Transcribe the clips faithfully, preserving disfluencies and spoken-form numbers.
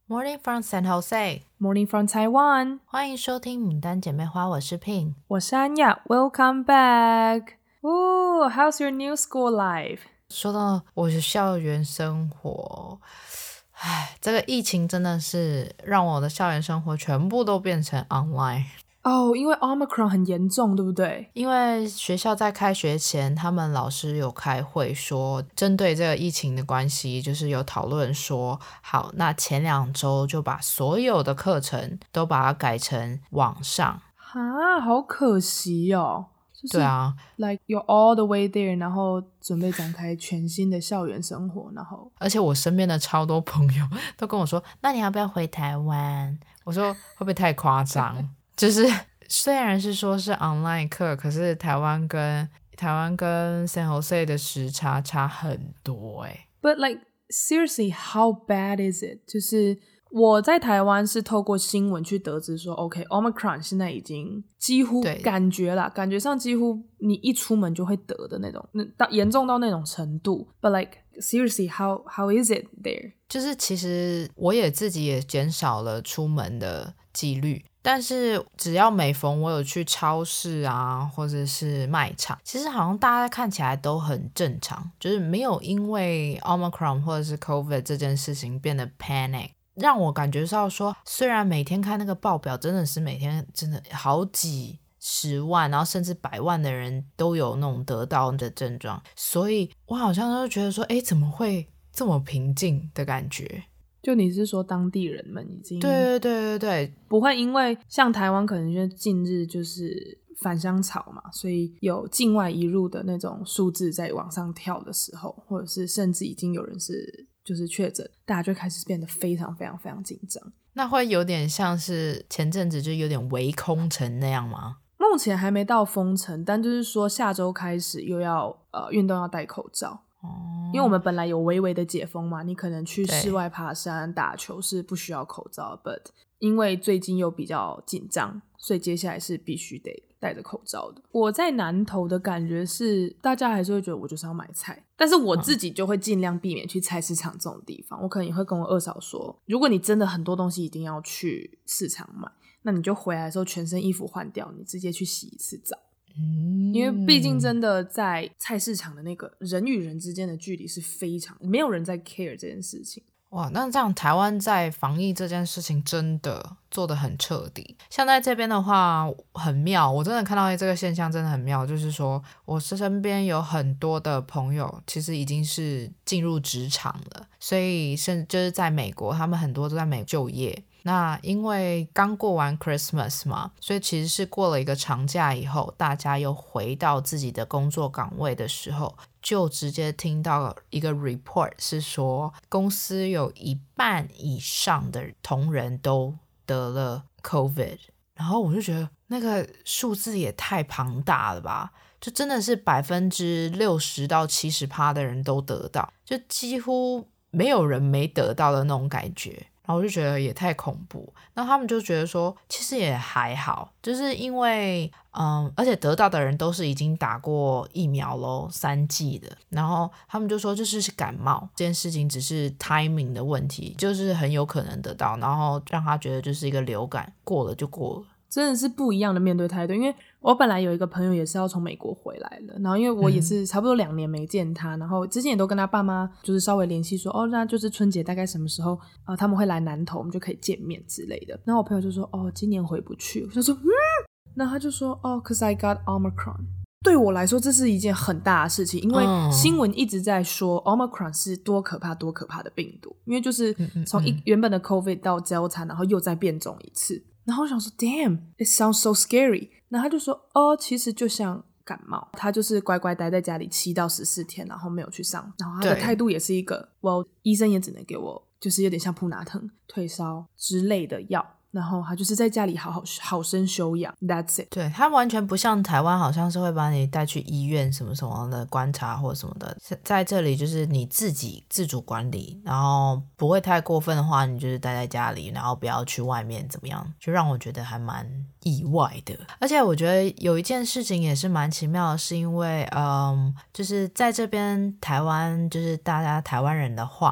Morning from San Jose. Morning from Taiwan. 欢迎收听牡丹姐妹花，我是 Pin， 我是安雅。Welcome back. Ooh, how's your new school life? 说到我的校园生活，唉，这个疫情真的是让我的校园生活全部都变成 online。 哦、oh, 因为 Omicron 很严重，对不对？ 因为学校在开学前，他们老师有开会说，针对这个疫情的关系，就是有讨论说，好，那前两周就把所有的课程都把它改成网上。 哈，好可惜哦。就是、 对啊 like you're all the way there， 然后准备展开全新的校园生活，然后而且我身边的超多朋友都跟我说，那你要不要回台湾？我说会不会太夸张？就是虽然是说是 online 课，可是台湾跟台湾跟 San Jose 的时差差很多欸。 But like seriously, how bad is it? 就是我在台湾是透过新闻去得知说 OK Omicron 现在已经几乎感觉啦感觉上几乎你一出门就会得的那种，那到严重到那种程度。 But like seriously, how, how is it there? 就是其实我也自己也减少了出门的几率，但是只要每逢我有去超市啊或者是卖场，其实好像大家看起来都很正常，就是没有因为 Omicron 或者是 COVID 这件事情变得 panic，让我感觉到说，虽然每天看那个报表真的是每天真的好几十万然后甚至百万的人都有那种得到的症状，所以我好像就觉得说，诶，怎么会这么平静的感觉。 就你是说当地人们已经对对对对对， 不会因为像台湾可能就近日就是返乡潮嘛，所以有境外移入的那种数字在往上跳的时候，或者是甚至已经有人是就是确诊，大家就开始变得非常非常非常紧张。 那会有点像是前阵子就有点围空城那样吗？ 目前还没到封城，但就是说下周开始又要呃运动要戴口罩。 哦， 因为我们本来有微微的解封嘛，你可能去室外爬山打球是不需要口罩 ，but 因为最近又比较紧张，所以接下来是必须得戴着口罩的。我在南投的感觉是大家还是会觉得我就是要买菜，但是我自己就会尽量避免去菜市场这种地方。我可能也会跟我二嫂说，如果你真的很多东西一定要去市场买，那你就回来的时候全身衣服换掉，你直接去洗一次澡。 嗯， 因为毕竟真的在菜市场的那个人与人之间的距离是非常没有人在 care 这件事情。 哇，那这样台湾在防疫这件事情真的做得很彻底。像在这边的话很妙，我真的看到这个现象真的很妙，就是说我身边有很多的朋友其实已经是进入职场了，所以甚至就是在美国，他们很多都在美国就业。那因为刚过完 Christmas 嘛，所以其实是过了一个长假以后，大家又回到自己的工作岗位的时候，就直接听到一个 report 是说公司有一半以上的同仁都得了 COVID， 然后我就觉得那个数字也太庞大了吧，就真的是百分之六十到七十趴的人都得到，就几乎没有人没得到的那种感觉。然后我就觉得也太恐怖，那他们就觉得说其实也还好，就是因为嗯，而且得到的人都是已经打过疫苗咯，三剂的，然后他们就说就是是感冒这件事情只是 timing 的问题，就是很有可能得到，然后让他觉得就是一个流感，过了就过了。 真的是不一样的面对态度。因为我本来有一个朋友也是要从美国回来了，然后因为我也是差不多两年没见他、嗯、然后之前也都跟他爸妈就是稍微联系说，哦，那就是春节大概什么时候、呃、他们会来南投，我们就可以见面之类的。然后我朋友就说，哦，今年回不去。我就说，嗯，那他就说，哦 cause I got Omicron。对我来说这是一件很大的事情，因为新闻一直在说 Omicron 是多可怕多可怕的病毒，因为就是从一原本的 COVID 到 Delta， 然后又再变种一次。然后我想说 damn it sounds so scary。 然后他就说，哦，其实就像感冒，他就是乖乖待在家里七到十四天，然后没有去上，然后他的态度也是一个 well 医生也只能给我就是有点像普拿疼退烧之类的药，然后他就是在家里好好好生休养 that's it。 对，他完全不像台湾好像是会把你带去医院什么什么的观察或什么的，在这里就是你自己自主管理，然后不会太过分的话你就是待在家里，然后不要去外面怎么样，就让我觉得还蛮意外的。而且我觉得有一件事情也是蛮奇妙的，是因为嗯，就是在这边台湾就是大家台湾人的话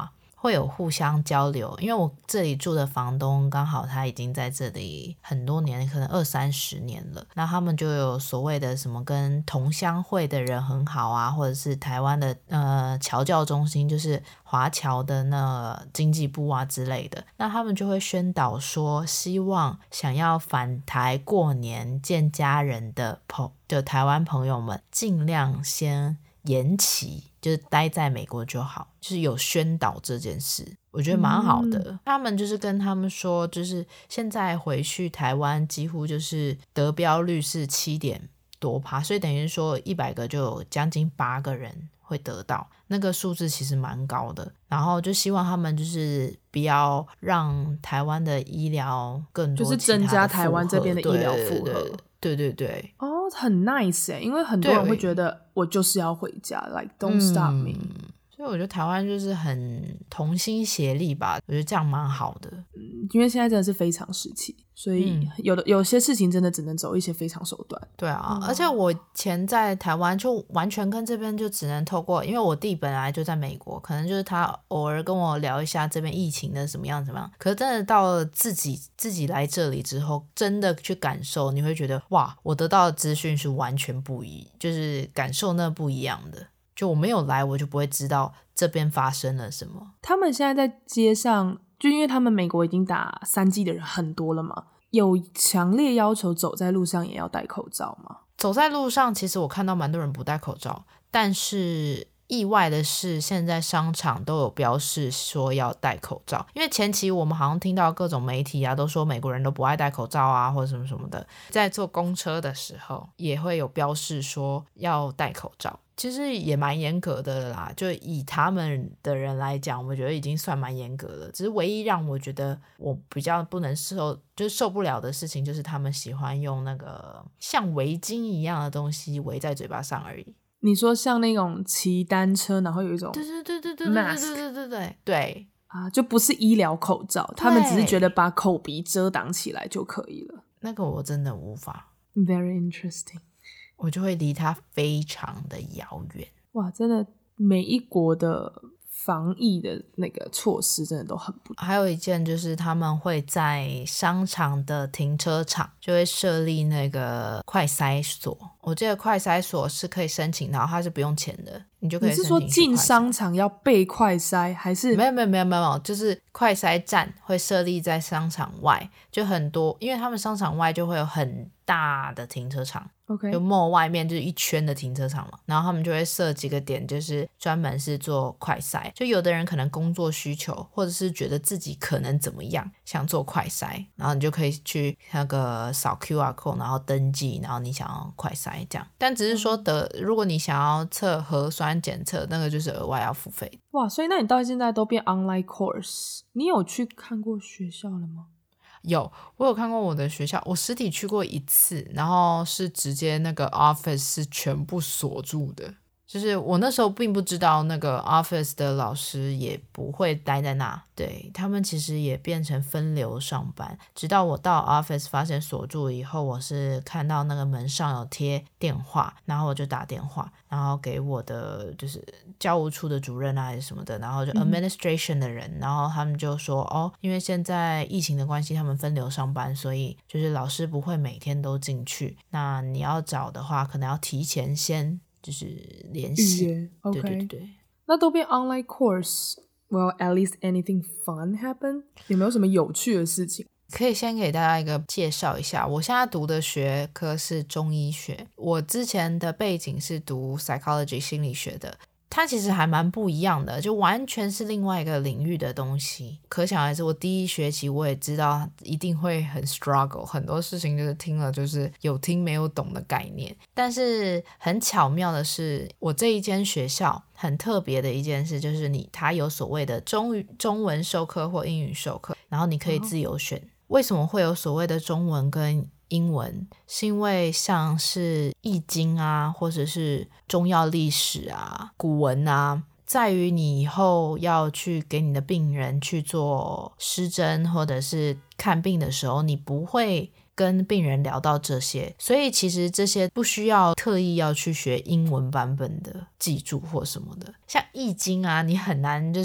会有互相交流，因为我这里住的房东刚好他已经在这里很多年，可能二三十年了，那他们就有所谓的什么跟同乡会的人很好啊，或者是台湾的呃侨教中心，就是华侨的那经济部啊之类的，那他们就会宣导说希望想要返台过年见家人的朋的台湾朋友们尽量先延期，就是待在美国就好，就是有宣导这件事，我觉得蛮好的、嗯、他们就是跟他们说，就是现在回去台湾几乎就是得标率是七点多趴，所以等于说一百个就有将近八个人会得到，那个数字其实蛮高的，然后就希望他们就是不要让台湾的医疗更多， 就是增加台湾这边的医疗负荷， 对对对， 哦，很 nice 耶，因为很多人会觉得我就是要回家 like don't stop me、嗯、 所以我觉得台湾就是很同心协力吧，我觉得这样蛮好的、 嗯、因为现在真的是非常时期，所以有的、嗯、有些事情真的只能走一些非常手段。 对啊、嗯、而且我以前在台湾就完全跟这边就只能透过，因为我弟本来就在美国，可能就是他偶尔跟我聊一下这边疫情的什么样怎么样，可是真的到了自己自己来这里之后，真的去感受，你会觉得哇，我得到的资讯是完全不一，就是感受那不一样的，就我没有来我就不会知道这边发生了什么。 他们现在在街上，就因为他们美国已经打三剂的人很多了嘛，有强烈要求走在路上也要戴口罩吗？ 走在路上其实我看到蛮多人不戴口罩，但是意外的是现在商场都有标示说要戴口罩，因为前期我们好像听到各种媒体啊都说美国人都不爱戴口罩啊或者什么什么的，在坐公车的时候也会有标示说要戴口罩，其实也蛮严格的啦，就以他们的人来讲我觉得已经算蛮严格了，只是唯一让我觉得我比较不能受就是受不了的事情就是他们喜欢用那个像围巾一样的东西围在嘴巴上而已。 你说像那种骑单车然后有一种 mask， 对对对对对对对对对对对啊，就不是医疗口罩，他们只是觉得把口鼻遮挡起来就可以了。 那个我真的无法 Very interesting， 我就会离它非常的遥远。 哇，真的每一国的防疫的那个措施真的都很不同。 还有一件就是他们会在商场的停车场就会设立那个快筛所，我记得快筛所是可以申请，然后它是不用钱的，你就可以申请去快筛。 你是说进商场要被快筛还是？ 没有没有没有没有，就是快筛站会设立在商场外，就很多，因为他们商场外就会有很大的停车场 ，OK， 就 mall 外面就是一圈的停车场嘛，然后他们就会设几个点，就是专门是做快筛，就有的人可能工作需求或者是觉得自己可能怎么样想做快筛，然后你就可以去那个扫 Q R code 然后登记，然后你想要快筛这样，但只是说的如果你想要测核酸检测那个就是额外要付费。 哇，所以那你到现在都变 online course， 你有去看过学校了吗？ 有，我有看过我的学校，我实体去过一次，然后是直接那个 office 是全部锁住的，就是我那时候并不知道那个 office 的老师也不会待在那，对，他们其实也变成分流上班，直到我到 office 发现锁住以后，我是看到那个门上有贴电话，然后我就打电话，然后给我的就是教务处的主任啊还是什么的，然后就 administration 的人、嗯、然后他们就说哦，因为现在疫情的关系他们分流上班，所以就是老师不会每天都进去，那你要找的话可能要提前先就是联系， 预约 OK， 对对对。 那都变 online course， well at least anything fun happen？ 有没有什么有趣的事情？ 可以先给大家一个介绍一下，我现在读的学科是中医学，我之前的背景是读 psychology 心理学的，它其实还蛮不一样的，就完全是另外一个领域的东西。可想而知，我第一学期我也知道一定会很 struggle， 很多事情就是听了就是有听没有懂的概念。但是很巧妙的是，我这一间学校很特别的一件事就是你它有所谓的中语中文授课或英语授课，然后你可以自由选。为什么会有所谓的中文跟英文？是因为像是易经啊或者是中药历史啊古文啊，在于你以后要去给你的病人去做施针或者是看病的时候，你不会跟病人聊到这些，所以其实这些不需要特意要去学英文版本的记住或什么的。像易经啊，你很难就是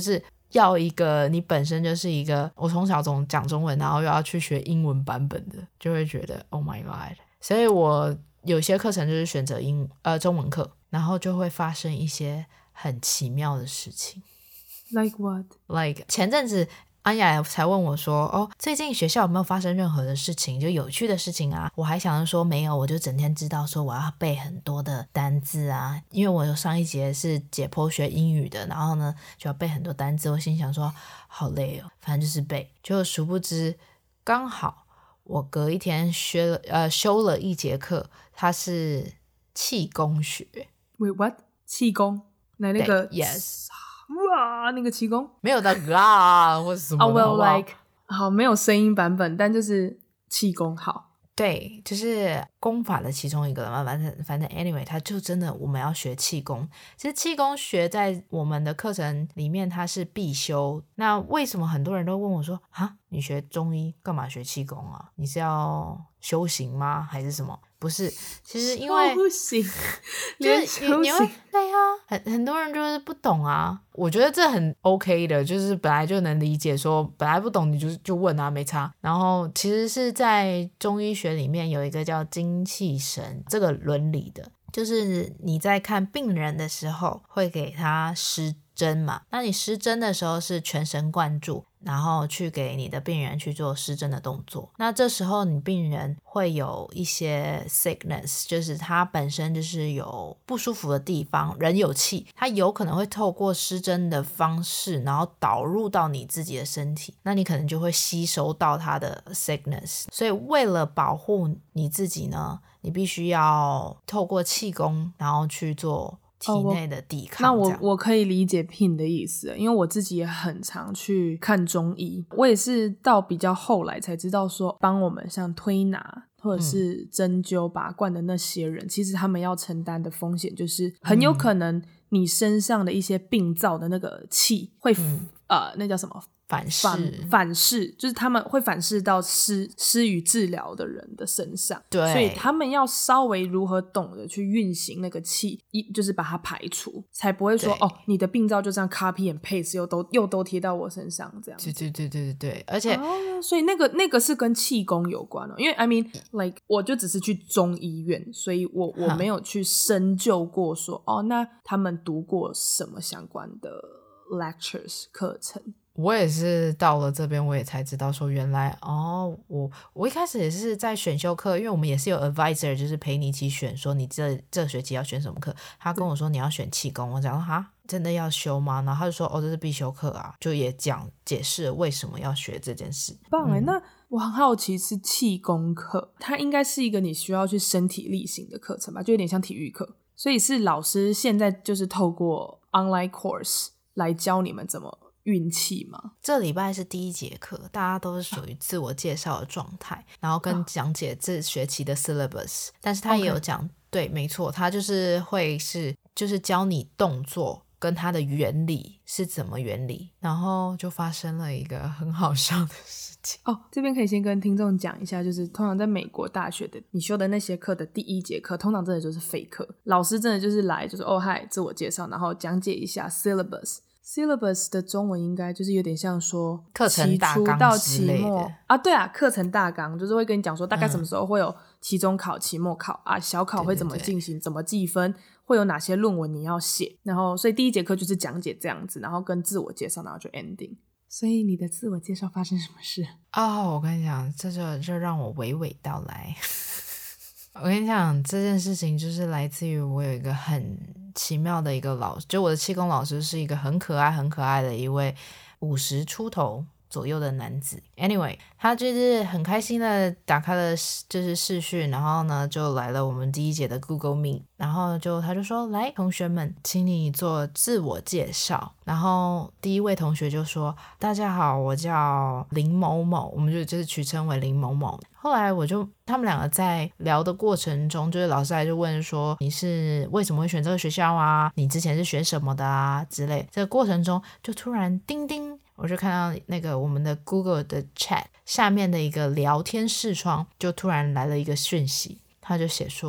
要一个你本身就是一个我从小总讲中文然后又要去学英文版本的，就会觉得 Oh my god。 所以我有些课程就是选择英呃中文课，然后就会发生一些很奇妙的事情。 Like what? Like 前阵子安雅才问我说，哦，最近学校有没有发生任何的事情，就有趣的事情啊？我还想着说没有，我就整天知道说我要背很多的单字啊，因为我有上一节是解剖学英语的，然后呢就要背很多单字，我心想说好累哦，反正就是背。就殊不知刚好我隔一天学了呃修了一节课，它是气功学。 Wait what? 气功？那那个 Yes， 哇那个气功没有到啊或者什么的、 oh, well, 好不好 like 好没有声音版本，但就是气功。好， 对，就是功法的其中一个嘛，反正反正 anyway 它就真的我们要学气功。其实气功学在我们的课程里面它是必修。那为什么很多人都问我说啊，你学中医干嘛学气功啊？你是要修行吗还是什么？不是，其实因为修行就是你你会对啊，很很多人就是不懂啊。我觉得这很 OK 的，就是本来就能理解说本来不懂你就就问啊，没差。然后其实是在中医学里面有一个叫精气神这个伦理的，就是你在看病人的时候会给他施针嘛，那你施针的时候是全神贯注，然后去给你的病人去做施针的动作。那这时候你病人会有一些 sickness， 就是他本身就是有不舒服的地方，人有气，他有可能会透过施针的方式然后导入到你自己的身体，那你可能就会吸收到他的 sickness。 所以为了保护你自己呢，你必须要透过气功然后去做体内的抵抗、 哦、那我我可以理解 Pin 的意思，因为我自己也很常去看中医，我也是到比较后来才知道说帮我们像推拿或者是针灸拔罐的那些人、嗯、其实他们要承担的风险就是很有可能你身上的一些病灶的那个气会、嗯、呃那叫什么反噬反反噬，就是他们会反噬到施施予治疗的人的身上， 对， 所以他们要稍微如何懂得去运行那个气，一就是把它排除，才不会说哦，你的病灶就这样 copy and paste 又都又都贴到我身上这样子。 对对对对对对，而且、 哦、所以那个那个是跟气功有关哦，因为 I mean like 我就只是去中医院，所以我我没有去深究过说哦，那他们读过什么相关的 lectures 课程。 我也是到了这边我也才知道说原来哦，我我一开始也是在选修课，因为我们也是有 advisor 就是陪你一起选说你这这学期要选什么课，他跟我说你要选气功，我讲说哈真的要修吗？然后他就说哦这是必修课啊，就也讲解释了为什么要学这件事。 棒耶、 嗯、 那我很好奇是气功课它应该是一个你需要去身体力行的课程吧，就有点像体育课，所以是老师现在就是透过 online course 来教你们怎么运气吗？ 这礼拜是第一节课，大家都是属于自我介绍的状态，然后跟讲解这学期的 syllabus， 但是他也有讲、okay. 对没错，他就是会是就是教你动作跟它的原理是怎么原理，然后就发生了一个很好笑的事情哦。这边可以先跟听众讲一下，就是通常在美国大学的你修的那些课的第一节课通常真的就是废课，老师真的就是来就是哦嗨自我介绍，然后讲解一下 syllabus syllabus 的中文应该就是有点像说课程大纲之类的啊，对啊，课程大纲就是会跟你讲说大概什么时候会有期中考、期末考啊，小考会怎么进行，对对对，怎么计分，会有哪些论文你要写，然后所以第一节课就是讲解这样子，然后跟自我介绍，然后就 ending。所以你的自我介绍发生什么事？ 哦，我跟你讲，这就就让我娓娓道来。我跟你讲，这件事情就是来自于我有一个很奇妙的一个老师，就我的气功老师是一个很可爱很可爱的一位五十出头左右的男子。 anyway 他就是很开心的打开了就是视讯，然后呢就来了我们第一节的 Google Meet， 然后就他就说来同学们请你做自我介绍，然后第一位同学就说大家好我叫林某某，我们就就是取称为林某某。后来我就他们两个在聊的过程中，就是老师还就问说你是为什么会选这个学校啊，你之前是学什么的啊之类，这个过程中就突然叮叮，我就看到那个我们的 Google 的 chat 下面的一个聊天视窗就突然来了一个讯息，他就写说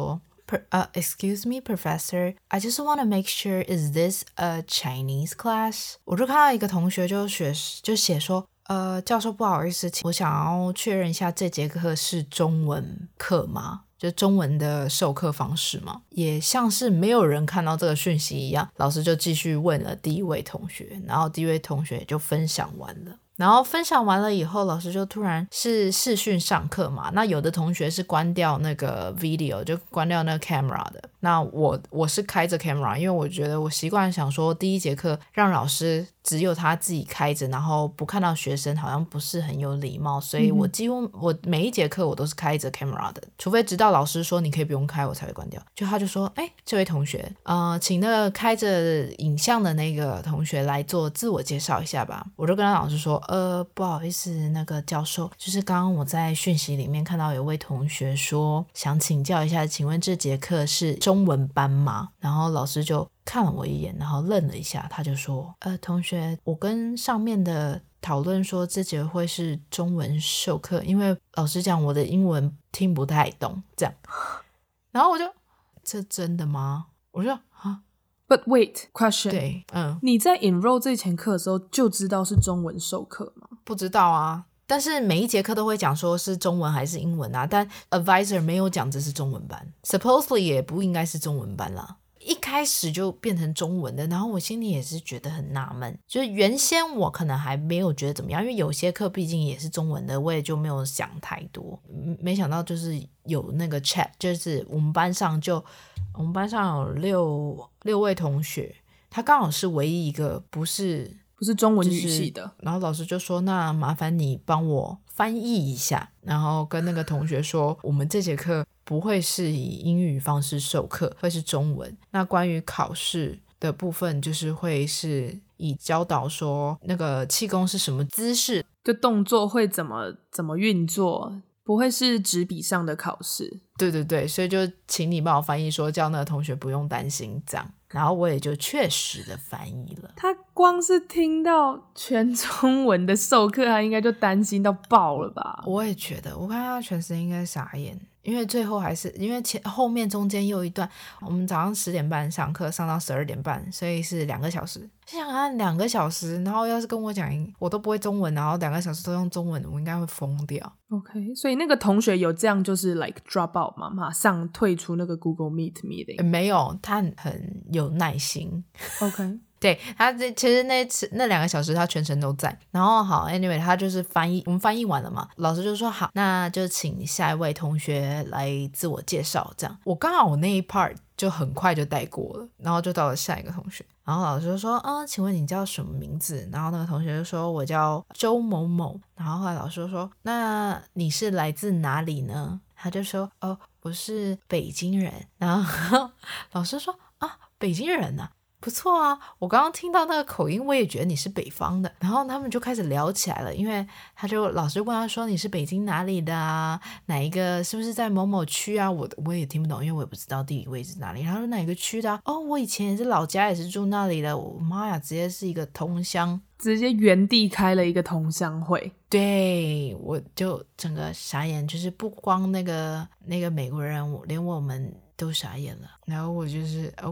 Per, uh, excuse me, professor. I just want to make sure, is this a Chinese class? 我就看到一个同学就写就写说，呃，教授不好意思，我想要确认一下这节课是中文课吗？就中文的授课方式嘛，也像是没有人看到这个讯息一样，老师就继续问了第一位同学，然后第一位同学就分享完了。然后分享完了以后，老师就突然是视讯上课嘛，那有的同学是关掉那个 video 就关掉那个 camera 的，那我我是开着 camera， 因为我觉得我习惯想说第一节课让老师只有他自己开着，然后不看到学生好像不是很有礼貌，所以我几乎、嗯、我每一节课我都是开着 camera 的，除非直到老师说你可以不用开我才会关掉。就他就说，哎，这位同学呃，请那个开着影像的那个同学来做自我介绍一下吧。我就跟他老师说，呃，不好意思，那个教授，就是刚刚我在讯息里面看到有位同学说想请教一下，请问这节课是中文班吗？然后老师就看了我一眼，然后愣了一下，他就说，呃，同学，我跟上面的讨论说这节会是中文授课，因为老实讲我的英文听不太懂，这样。然后我就，这真的吗？我就啊。 But wait, question. 对，嗯， 你在 enroll 这前课的时候就知道是中文授课吗？ 不知道啊，但是每一节课都会讲说是中文还是英文啊，但 advisor 没有讲这是中文班 ，supposedly 也不应该是中文班啦。一开始就变成中文的，然后我心里也是觉得很纳闷，就是原先我可能还没有觉得怎么样，因为有些课毕竟也是中文的，我也就没有想太多。没想到就是有那个 chat， 就是我们班上就我们班上有六六位同学，他刚好是唯一一个不是不是中文语系的、就是、 然后老师就说，那麻烦你帮我翻译一下，然后跟那个同学说我们这节课不会是以英语方式授课，会是中文。那关于考试的部分就是会是以教导说那个气功是什么姿势， 就动作会怎么怎么运作，不会是纸笔上的考试。 对对对，所以就请你帮我翻译说叫那个同学不用担心这样，然后我也就确实的翻译了。 他光是听到全中文的授课他应该就担心到爆了吧。 我也觉得，我看他全身应该傻眼，因为最后还是因为前后面中间又一段，我们早上十点半上课上到十二点半，所以是两个小时。想想看两个小时，然后要是跟我讲我都不会中文，然后两个小时都用中文，我应该会疯掉。 OK， 所以那个同学有这样就是 like drop out 嘛，马上退出那个 Google Meet meeting？ 没有，他很有耐心。 OK， 对，他其实那次那两个小时他全程都在。然后好 anyway 他就是翻译，我们翻译完了嘛，老师就说好，那就请下一位同学来自我介绍这样。我刚好我那一 part 就很快就带过了，然后就到了下一个同学，然后老师就说啊，请问你叫什么名字？然后那个同学就说我叫周某某。然后后来老师就说那你是来自哪里呢？他就说哦，我是北京人。然后老师说啊，北京人啊，不错啊，我刚刚听到那个口音我也觉得你是北方的。然后他们就开始聊起来了，因为他就老师问他说你是北京哪里的啊，哪一个是不是在某某区啊，我我也听不懂，因为我也不知道地理位置哪里。他说哪一个区的啊，哦，我以前也是老家也是住那里的。我妈呀，直接是一个同乡， 直接原地开了一个同乡会。 对，我就整个傻眼，就是不光那个那个美国人，连我们都傻眼了。然后我就是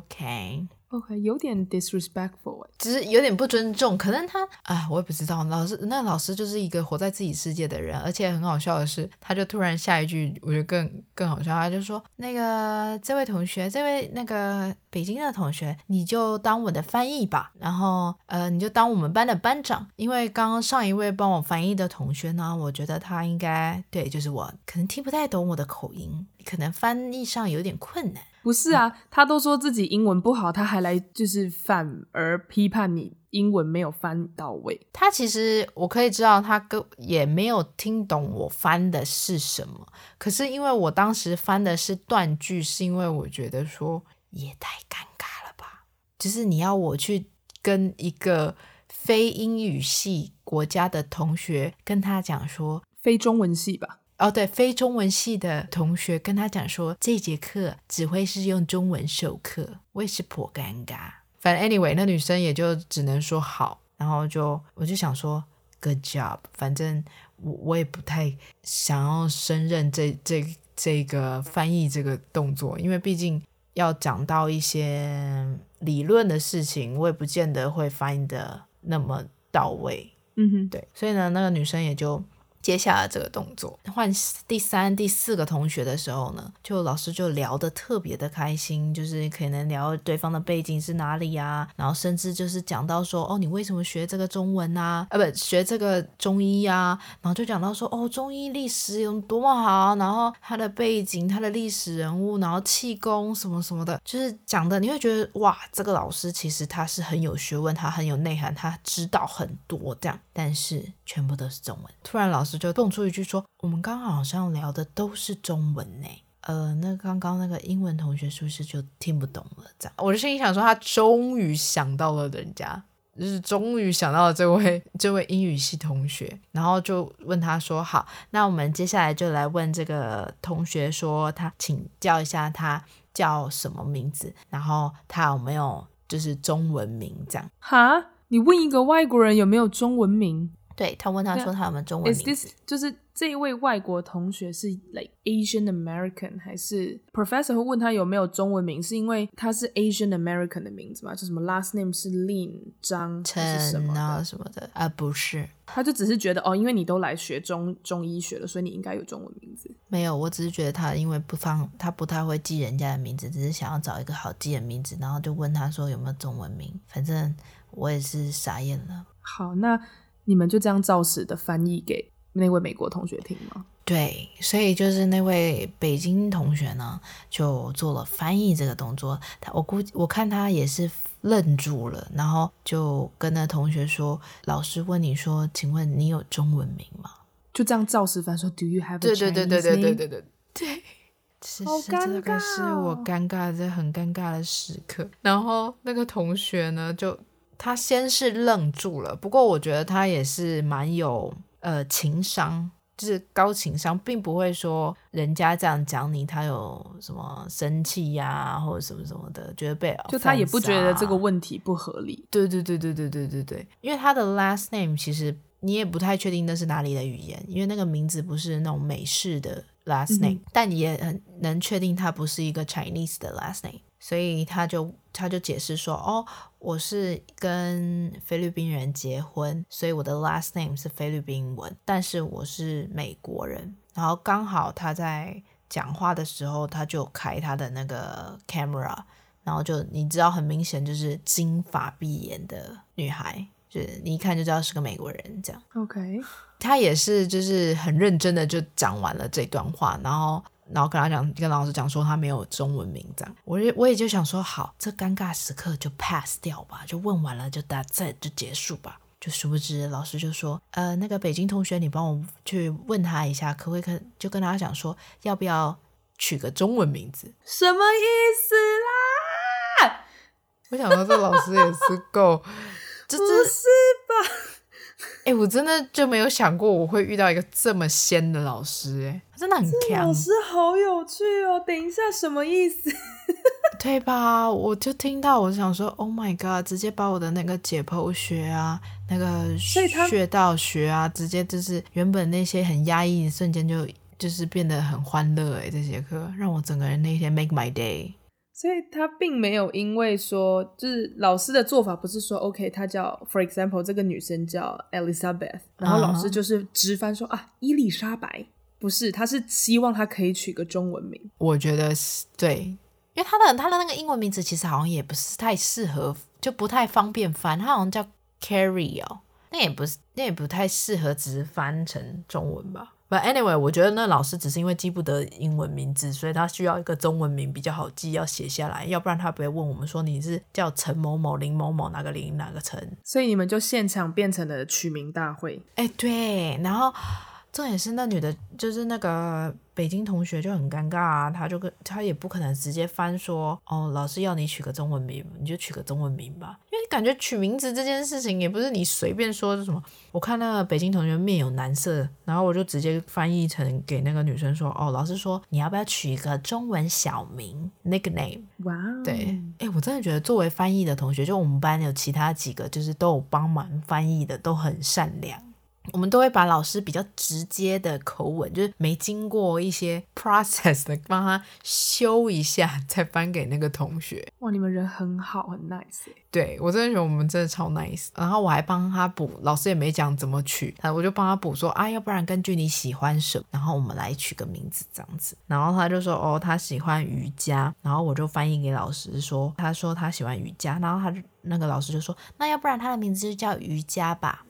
OK OK， 有点 disrespectful， 只是有点不尊重。可能他啊，我也不知道，老师那老师就是一个活在自己世界的人。而且很好笑的是，他就突然下一句我觉得更更好笑，他就说那个这位同学，这位那个北京的同学，你就当我的翻译吧，然后呃你就当我们班的班长，因为刚刚上一位帮我翻译的同学呢，我觉得他应该对就是我可能听不太懂我的口音，可能翻译上有点困难。 不是啊，他都说自己英文不好，他还来就是反而批判你英文没有翻到位。 他其实我可以知道他也没有听懂我翻的是什么，可是因为我当时翻的是断句，是因为我觉得说也太尴尬了吧，就是你要我去跟一个非英语系国家的同学跟他讲说， 非中文系吧， 哦，对，非中文系的同学跟他讲说这节课只会是用中文授课，我也是颇尴尬。反正 anyway 那女生也就只能说好，然后就我就想说 good job， 反正我我也不太想要胜任这这这个翻译这个动作，因为毕竟要讲到一些理论的事情，我也不见得会翻译的那么到位。 嗯哼， 对，所以呢，那个女生也就接下了这个动作。换第三、第四个同学的时候呢，就老师就聊得特别的开心，就是可能聊对方的背景是哪里啊，然后甚至就是讲到说，哦，你为什么学这个中文啊？啊，不，学这个中医啊？然后就讲到说，哦，中医历史有多么好，然后他的背景、他的历史人物，然后气功什么什么的，就是讲的你会觉得哇，这个老师其实他是很有学问，他很有内涵，他知道很多这样，但是全部都是中文。突然老师就蹦出一句说，我们刚刚好像聊的都是中文呢，呃，那刚刚那个英文同学是不是就听不懂了？这样，我就心里想说，他终于想到了人家，就是终于想到了这位这位英语系同学，然后就问他说，好，那我们接下来就来问这个同学说，他请教一下他叫什么名字，然后他有没有就是中文名这样。 哈，你问一个外国人有没有中文名？ 对，他问他说他有没有中文名字。 Is this, 就是这一位外国同学是 like Asian American 还是 Professor 会问他有没有中文名是因为他是 Asian American 的名字吗？就什么 last name 是 Lin 张还是什么的啊什么的啊？不是， 他就只是觉得哦，因为你都来学中中医学了，所以你应该有中文名字。 没有，我只是觉得他因为不方他不太会记人家的名字，只是想要找一个好记的名字，然后就问他说有没有中文名。反正我也是傻眼了。 好，那你们就这样照实的翻译给那位美国同学听吗？ 对，所以就是那位北京同学呢，就做了翻译这个动作。他我估我看他也是愣住了，然后就跟那同学说：“老师问你说，请问你有中文名吗？” 就这样照实翻说 ：“Do you have a Chinese name？” 对对对对对对对对对。是好尴尬哦， 这个是我尴尬这很尴尬的时刻。然后那个同学呢，就他先是愣住了，不过我觉得他也是蛮有呃情商，就是高情商，并不会说人家这样讲你，他有什么生气呀、啊，或者什么什么的，觉得被、啊、 就他也不觉得这个问题不合理。 对对对对对对对对，因为他的 last name 其实你也不太确定那是哪里的语言，因为那个名字不是那种美式的 last name，、嗯、但你也很能确定它不是一个 Chinese 的 last name， 所以他就他就解释说，哦，我是跟菲律宾人结婚，所以我的 last name 是菲律宾文，但是我是美国人。然后刚好他在讲话的时候，他就开他的那个 camera， 然后就你知道很明显就是金发碧眼的女孩，就是你一看就知道是个美国人这样。 OK， 他也是就是很认真的就讲完了这段话，然后然后跟他讲跟老师讲说他没有中文名这样。我也我也就想说，好，这尴尬时刻就 pass 掉吧，就问完了就 that's it 就结束吧。就殊不知老师就说，呃，那个北京同学你帮我去问他一下，可不可以跟就跟他讲说要不要取个中文名字。 什么意思啦？ 我想说这老师也是够不是吧？ 哎、欸，我真的就没有想过我会遇到一个这么仙的老师、欸，哎，他真的很强。 老师好有趣哦！等一下，什么意思？ 对吧？我就听到，我想说 ，Oh my god！ 直接把我的那个解剖学啊，那个穴道学啊，直接就是原本那些很压抑，瞬间就就是变得很欢乐。哎，这节课让我整个人那天 make my day。 所以他并没有因为说，就是老师的做法不是说 OK， 他叫 for example 这个女生叫 Elizabeth， 然后老师就是直翻说、uh-huh. 啊伊丽莎白，不是，他是希望他可以取个中文名。 我觉得是对，因为他的他的那个英文名字其实好像也不是太适合，就不太方便翻，他好像叫 Carrie 哦，那也不是那也不太适合直翻成中文吧。But anyway， 我觉得那老师只是因为记不得英文名字，所以他需要一个中文名比较好记，要写下来，要不然他不会问我们说你是叫陈某某、林某某，哪个林哪个陈。所以你们就现场变成了取名大会。 哎，对，然后重点是那女的，就是那个北京同学就很尴尬啊，他就跟他也不可能直接翻说，哦，老师要你取个中文名，你就取个中文名吧，因为感觉取名字这件事情也不是你随便说什么。我看那个北京同学面有难色，然后我就直接翻译成给那个女生说，哦，老师说你要不要取一个中文小名 nickname。 哇、wow. 对，哎，我真的觉得作为翻译的同学，就我们班有其他几个就是都有帮忙翻译的，都很善良。 我们都会把老师比较直接的口吻，就是没经过一些 process 的帮他修一下再颁给那个同学。 哇，你们人很好，很 nice 耶。 对，我真的觉得我们真的超 nice。然后我还帮他补，老师也没讲怎么取，我就帮他补说啊，要不然根据你喜欢什么，然后我们来取个名字这样子。然后他就说哦，他喜欢瑜伽，然后我就翻译给老师说，他说他喜欢瑜伽，然后他就那个老师就说，那要不然他的名字就叫瑜伽吧。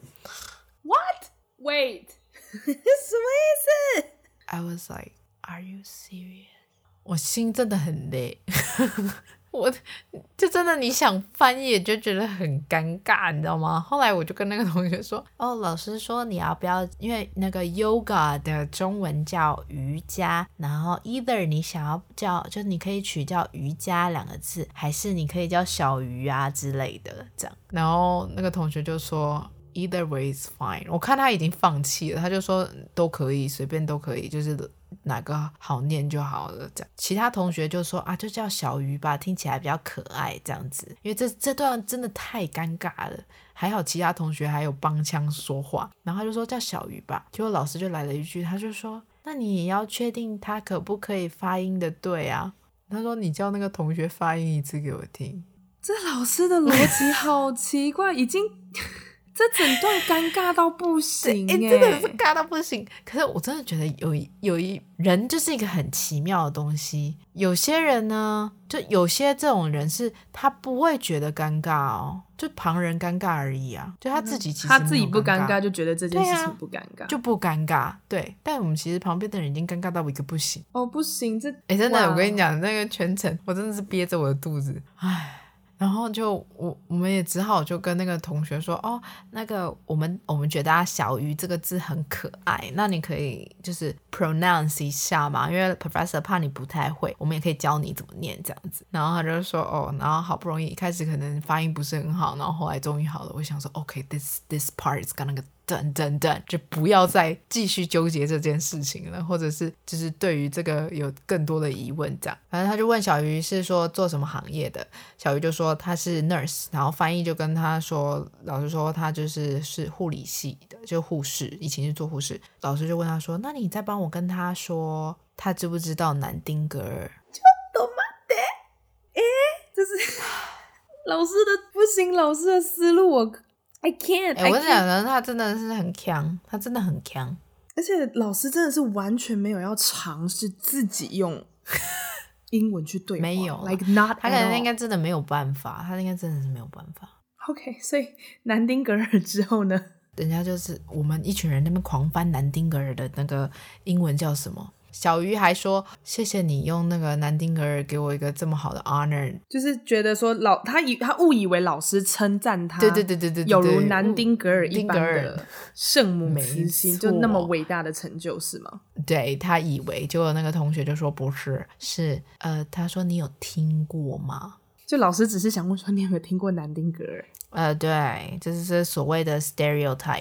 What? Wait. 什么意思？ I was like, are you serious? 我心真的很累。我就真的你想翻译就觉得很尴尬，你知道吗？后来我就跟那个同学说，哦，老师说你要不要，因为那个 yoga 的中文叫瑜伽，然后 either 你想要叫，就你可以取叫瑜伽两个字，还是你可以叫小鱼啊之类的这样。然后那个同学就说Either way is fine。 我看他已经放弃了，他就说都可以，随便都可以，就是哪个好念就好了这样。其他同学就说啊，就叫小鱼吧，听起来比较可爱这样子。因为这这段真的太尴尬了，还好其他同学还有帮腔说话，然后他就说叫小鱼吧。结果老师就来了一句，他就说那你也要确定他可不可以发音的对啊。他说你叫那个同学发音一次给我听。 这老师的逻辑好奇怪，已经这整段尴尬到不行耶、 欸、真的是尬到不行。可是我真的觉得有一有一人就是一个很奇妙的东西。有些人呢，就有些这种人是他不会觉得尴尬哦，就旁人尴尬而已啊，就他自己其实没有尴尬， 他自己不尴尬就觉得这件事情不尴尬、啊、 就不尴尬。对，但我们其实旁边的人已经尴尬到一个不行哦，不行这哎、欸，真的我跟你讲，那个全程我真的是憋着我的肚子，唉。然后就我我们也只好就跟那个同学说，哦，那个我们我们觉得啊小鱼这个字很可爱，那你可以就是 pronounce 一下嘛，因为 professor 怕你不太会，我们也可以教你怎么念这样子。然后他就说哦，然后好不容易一开始可能发音不是很好，然后后来终于好了。我想说 OK this this part is gonna dun dun dun， 就不要再继续纠结这件事情了，或者是就是对于这个有更多的疑问这样。反正他就问小鱼是说做什么行业的，小鱼就说他是 nurse， 然后翻译就跟他说，老师说他就是是护理系的，就护士，以前是做护士。老师就问他说，那你再帮我跟他说他知不知道南丁格尔。 ちょっと待って诶，这是老师的不行，老师的思路我I can't，, I can't. 欸、我讲的他真的是很强，他真的很强， 而且老师真的是完全没有要尝试自己用英文去对话， 没有 ，like not， 他可能应该真的没有办法，他应该真的是没有办法。 OK， 所以南丁格尔之后呢？ 人家就是我们一群人那边狂翻南丁格尔的那个英文叫什么。小鱼还说谢谢你用那个南丁格尔给我一个这么好的 honor， 就是觉得说老他以他误以为老师称赞他， 对对对对对， 有如南丁格尔一般的圣母慈心，就那么伟大的成就是吗？ 对，他以为，结果那个同学就说不是，是呃，他说你有听过吗？ 就老师只是想问说你有没有听过南丁格尔？ 呃，对，这是所谓的 stereotype。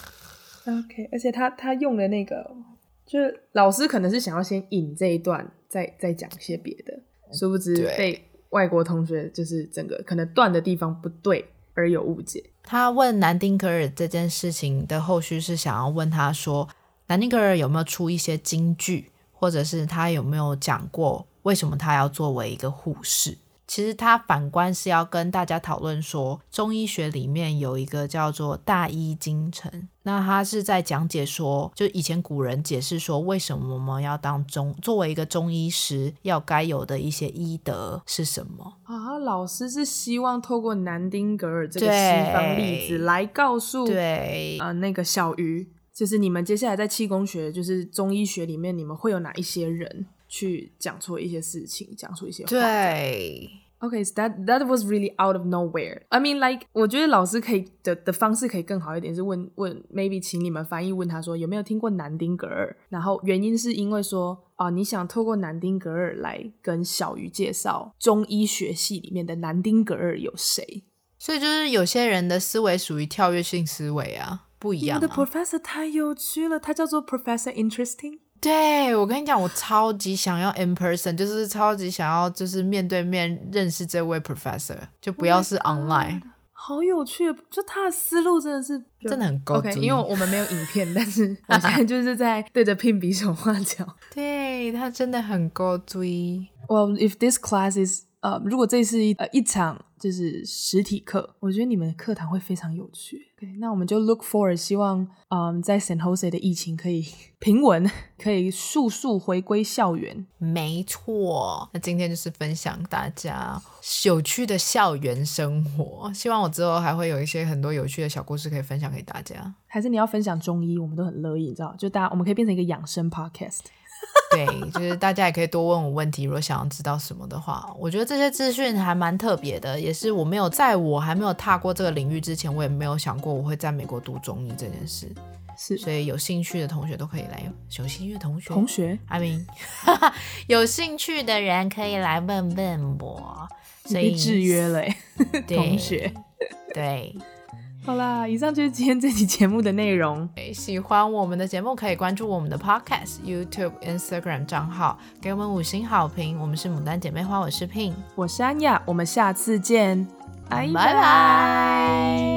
OK， 而且他他用的那个就是老师可能是想要先引这一段再再讲一些别的，殊不知被外国同学就是整个可能断的地方不对而有误解。 他问南丁格尔这件事情的后续是想要问他说南丁格尔有没有出一些金句，或者是他有没有讲过为什么他要作为一个护士。其实他反观是要跟大家讨论说中医学里面有一个叫做大医精诚，那他是在讲解说就以前古人解释说为什么我们要当中作为一个中医师要该有的一些医德是什么啊。老师是希望透过南丁格尔这个西方例子来告诉对、 呃、那个小鱼，就是你们接下来在气功学就是中医学里面你们会有哪一些人去讲错一些事情，讲出一些话。 对 Okay, so that that was really out of nowhere. I mean, like, 我觉得老师可以的的方式可以更好一点，是问问 maybe 请你们翻译问他说有没有听过南丁格尔，然后原因是因为说哦、呃，你想透过南丁格尔来跟小鱼介绍中医学系里面的南丁格尔有谁。 所以就是有些人的思维属于跳跃性思维啊，不一样啊。 你们的 professor 太有趣了，他叫做 Professor Interesting。 对，我跟你讲，我超级想要 in person， 就是超级想要就是面对面认识这位 professor， 就不要是 online。 好有趣，就他的思路真的是真的很够 OK， 因为我们没有影片，但是我现在就是在对着Pin比手画脚。 对，他真的很够追。 Well, if this class is 呃，如果这是一呃一场就是实体课，我觉得你们的课堂会非常有趣。Okay, 那我们就 look forward， 希望嗯在 San Jose 的疫情可以平稳，可以速速回归校园。 没错，那今天就是分享大家有趣的校园生活，希望我之后还会有一些很多有趣的小故事可以分享给大家。 还是你要分享中医，我们都很乐意，你知道，就大家我们可以变成一个养生 podcast。 对，就是大家也可以多问我问题，如果想要知道什么的话，我觉得这些资讯还蛮特别的，也是我没有在我还没有踏过这个领域之前，我也没有想过我会在美国读中医这件事。 是， 所以有兴趣的同学都可以来，有兴趣的同学同学 I mean 有兴趣的人可以来问问我，所以被制约了耶同学。 对， 好啦，以上就是今天这期节目的内容。 喜欢我们的节目可以关注我们的 Podcast、YouTube、Instagram 账号，给我们五星好评。我们是牡丹姐妹花，我是 Pin， 我是安雅，我们下次见，拜拜拜。